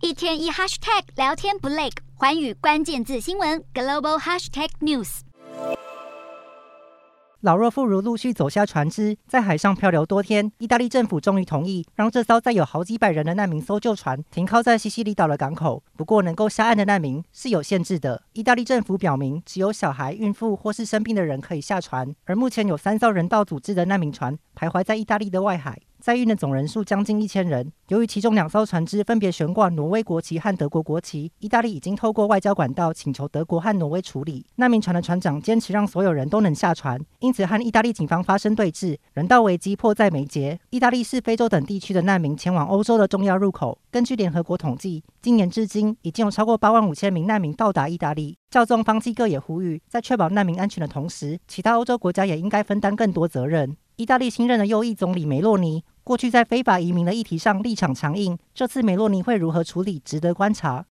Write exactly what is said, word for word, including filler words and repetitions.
一天一 hashtag 聊天不累，寰宇关键字新闻 global hashtag news。 老弱妇孺陆续走下船只，在海上漂流多天。意大利政府终于同意让这艘载有好几百人的难民搜救船停靠在西西里岛的港口。不过，能够下岸的难民是有限制的。意大利政府表明，只有小孩、孕妇或是生病的人可以下船。而目前有三艘人道组织的难民船徘徊在意大利的外海，载运的总人数将近一千人。由于其中两艘船只分别悬挂挪威国旗和德国国旗，意大利已经透过外交管道请求德国和挪威处理。难民船的船长坚持让所有人都能下船，因此和意大利警方发生对峙，人道危机迫在眉睫。意大利是非洲等地区的难民前往欧洲的重要入口。根据联合国统计，今年至今已经有超过八万五千名难民到达意大利。教宗方济各也呼吁，在确保难民安全的同时，其他欧洲国家也应该分担更多责任。意大利新任的右翼总理梅洛尼过去在非法移民的议题上立场强硬，这次梅洛尼会如何处理值得观察。